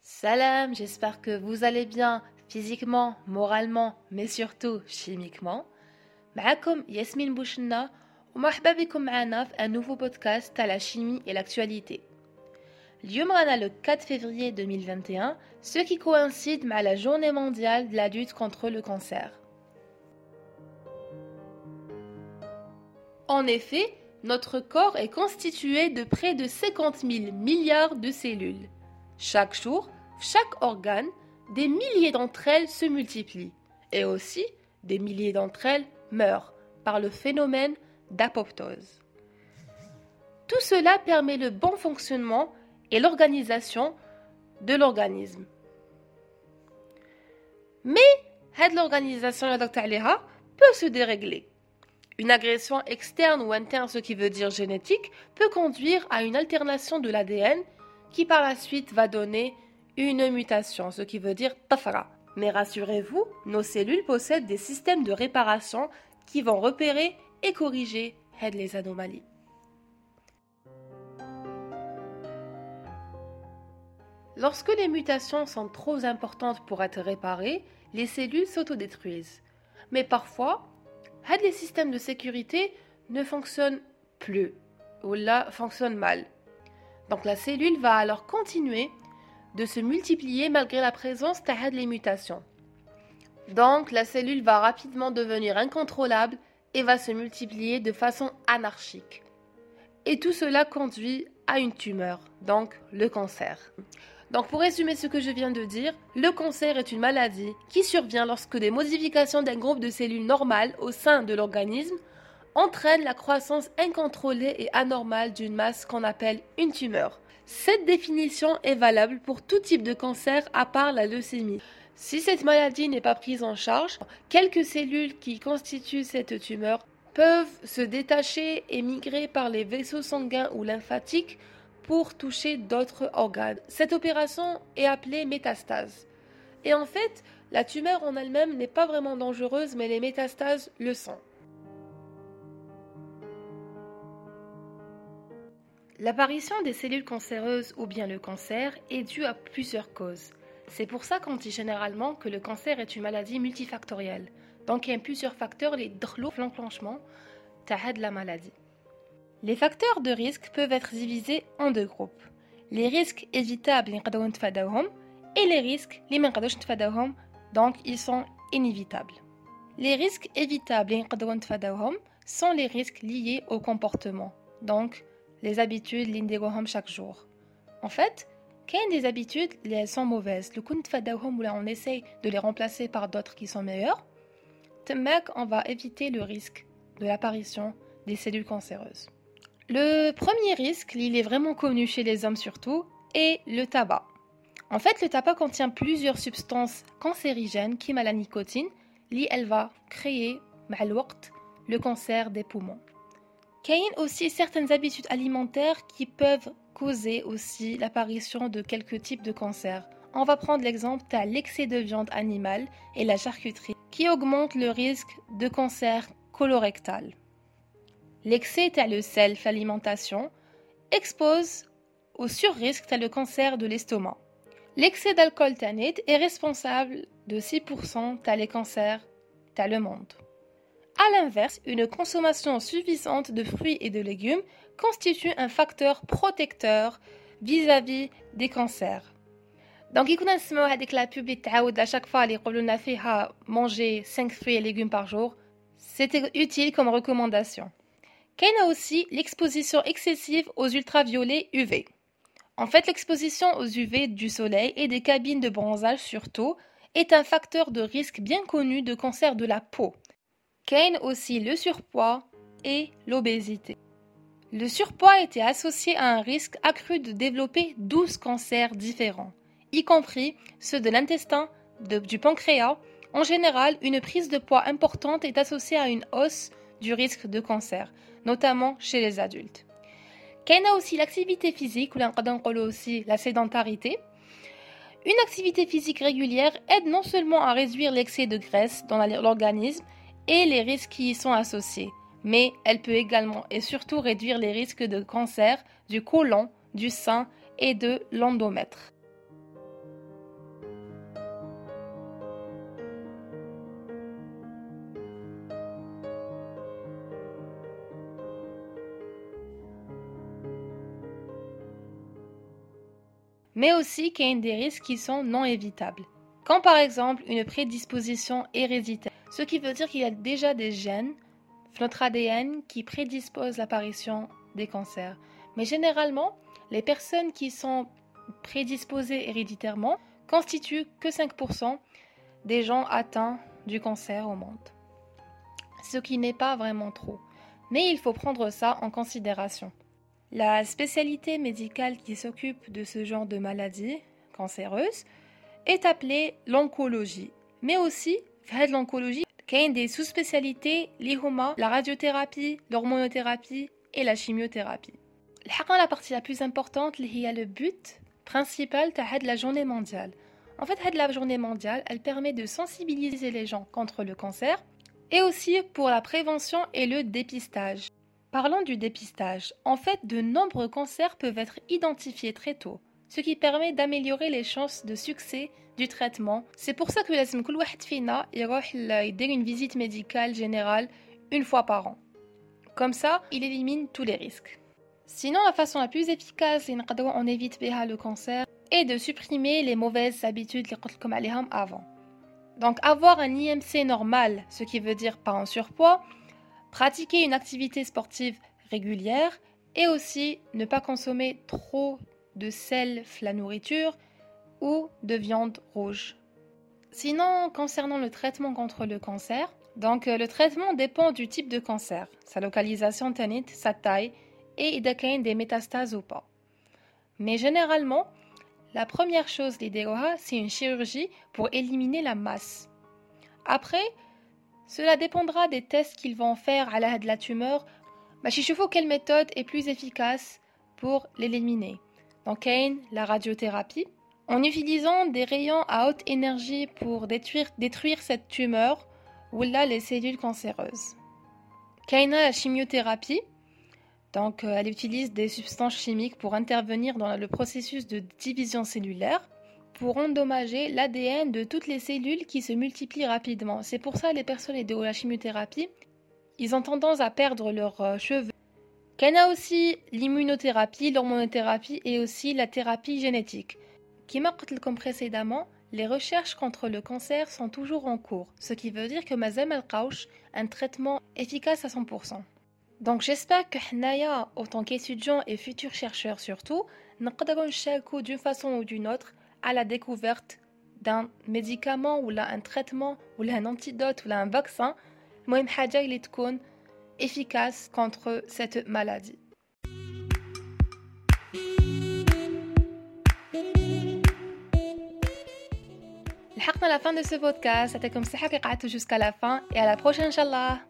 Salam, j'espère que vous allez bien physiquement, moralement, mais surtout chimiquement. معكم Yasmine Bouchna ومرحبا بكم معنا في un nouveau podcast à la chimie et l'actualité. اليوم رانا le 4 février 2021, ce qui coïncide avec la journée mondiale de la lutte contre le cancer. En effet, notre corps est constitué de près de 50 000 milliards de cellules. Chaque jour, chaque organe, des milliers d'entre elles se multiplient et aussi des milliers d'entre elles meurent par le phénomène d'apoptose. Tout cela permet le bon fonctionnement et l'organisation de l'organisme. Mais cette organisation peut se dérégler. Une agression externe ou interne, ce qui veut dire génétique, peut conduire à une alternation de l'ADN qui par la suite va donner une mutation, ce qui veut dire tafra. Mais rassurez-vous, nos cellules possèdent des systèmes de réparation qui vont repérer et corriger les anomalies. Lorsque les mutations sont trop importantes pour être réparées, les cellules s'autodétruisent. Mais parfois, les systèmes de sécurité ne fonctionnent plus ou là fonctionnent mal. Donc la cellule va alors continuer de se multiplier malgré la présence de mutations. Donc la cellule va rapidement devenir incontrôlable et va se multiplier de façon anarchique. Et tout cela conduit à une tumeur, donc le cancer. Donc pour résumer ce que je viens de dire, le cancer est une maladie qui survient lorsque des modifications d'un groupe de cellules normales au sein de l'organisme entraînent la croissance incontrôlée et anormale d'une masse qu'on appelle une tumeur. Cette définition est valable pour tout type de cancer à part la leucémie. Si cette maladie n'est pas prise en charge, quelques cellules qui constituent cette tumeur peuvent se détacher et migrer par les vaisseaux sanguins ou lymphatiques pour toucher d'autres organes. Cette opération est appelée métastase. Et en fait, la tumeur en elle-même n'est pas vraiment dangereuse, mais les métastases le sont. L'apparition des cellules cancéreuses ou bien le cancer est due à plusieurs causes. C'est pour ça qu'on dit généralement que le cancer est une maladie multifactorielle. Donc il y a plusieurs facteurs qui déclenchent l'enclenchement de la maladie. Les facteurs de risque peuvent être divisés en deux groupes. Les risques évitables et les risques donc ils sont inévitables. Les risques évitables sont les risques liés au comportement, donc les habitudes اللي نديروهم chaque jour. En fait, il y a des habitudes qui sont mauvaises. On essaye de les remplacer par d'autres qui sont meilleures. On va éviter le risque de l'apparition des cellules cancéreuses. Le premier risque, il est vraiment connu chez les hommes surtout, est le tabac. En fait, le tabac contient plusieurs substances cancérigènes qui, la nicotine, elle va créer, le cancer des poumons. Il y a aussi certaines habitudes alimentaires qui peuvent causer aussi l'apparition de quelques types de cancers. On va prendre l'exemple de l'excès de viande animale et la charcuterie qui augmente le risque de cancer colorectal. L'excès de le sel l'alimentation expose au surrisque de le cancer de l'estomac. L'excès d'alcool est responsable de 6% de les cancers dans le monde. A l'inverse, une consommation suffisante de fruits et de légumes constitue un facteur protecteur vis-à-vis des cancers. Donc, il y a la pub à chaque fois les manger 5 fruits et légumes par jour. C'est utile comme recommandation. Il y a aussi l'exposition excessive aux ultraviolets UV. En fait, l'exposition aux UV du soleil et des cabines de bronzage surtout est un facteur de risque bien connu de cancer de la peau. Il y a aussi le surpoids et l'obésité. Le surpoids était associé à un risque accru de développer 12 cancers différents, y compris ceux de l'intestin, du pancréas. En général, une prise de poids importante est associée à une hausse du risque de cancer, notamment chez les adultes. Il y a aussi l'activité physique, ou aussi la sédentarité. Une activité physique régulière aide non seulement à réduire l'excès de graisse dans l'organisme et les risques qui y sont associés, mais elle peut également et surtout réduire les risques de cancer du côlon, du sein et de l'endomètre. mais aussi qu'il y a des risques qui sont non évitables. Comme par exemple une prédisposition héréditaire, ce qui veut dire qu'il y a déjà des gènes, notre ADN, qui prédisposent l'apparition des cancers. Mais généralement, les personnes qui sont prédisposées héréditairement constituent que 5% des gens atteints du cancer au monde. Ce qui n'est pas vraiment trop. Mais il faut prendre ça en considération. La spécialité médicale qui s'occupe de ce genre de maladies cancéreuses est appelée l'oncologie. Mais aussi, dans l'oncologie, il y a des sous-spécialités, la radiothérapie, l'hormonothérapie et la chimiothérapie. La partie la plus importante, c'est le but principal de la journée mondiale. En fait, la journée mondiale, elle permet de sensibiliser les gens contre le cancer et aussi pour la prévention et le dépistage. Parlons du dépistage. En fait, de nombreux cancers peuvent être identifiés très tôt, ce qui permet d'améliorer les chances de succès du traitement. C'est pour ça que لازم كل واحد فينا يروح يدير une visite médicale générale une fois par an. Comme ça, il élimine tous les risques. Sinon, la façon la plus efficace on évite le cancer est de supprimer les mauvaises habitudes اللي قلت لكم عليهم avant. Donc avoir un IMC normal, ce qui veut dire pas en surpoids, pratiquer une activité sportive régulière et aussi ne pas consommer trop de sel, la nourriture ou de viande rouge. Sinon, concernant le traitement contre le cancer, donc le traitement dépend du type de cancer, sa localisation tanite, sa taille et il y a des métastases ou pas. Mais généralement, la première chose c'est une chirurgie pour éliminer la masse. Après, cela dépendra des tests qu'ils vont faire à la tumeur. Je vois quelle méthode est plus efficace pour l'éliminer. Donc, la radiothérapie, en utilisant des rayons à haute énergie pour détruire cette tumeur ou là les cellules cancéreuses. La chimiothérapie, donc elle utilise des substances chimiques pour intervenir dans le processus de division cellulaire pour endommager l'ADN de toutes les cellules qui se multiplient rapidement. C'est pour ça que les personnes de la chimiothérapie, ils ont tendance à perdre leurs cheveux. Il y a aussi l'immunothérapie, l'hormonothérapie et aussi la thérapie génétique. Comme précédemment, les recherches contre le cancer sont toujours en cours, ce qui veut dire que mazam al-qawsh un traitement efficace à 100%. Donc j'espère que Hnaya, en tant qu'étudiants et futurs chercheurs surtout, nous d'une façon ou d'une autre à la découverte d'un médicament ou là un traitement ou là un antidote ou là un vaccin, المهم حاجة اللي تكون efficace contre cette maladie. لحقنا la fin de ce podcast. C'était comme ça que قعدتوا jusqu'à la fin et à la prochaine Inch'Allah.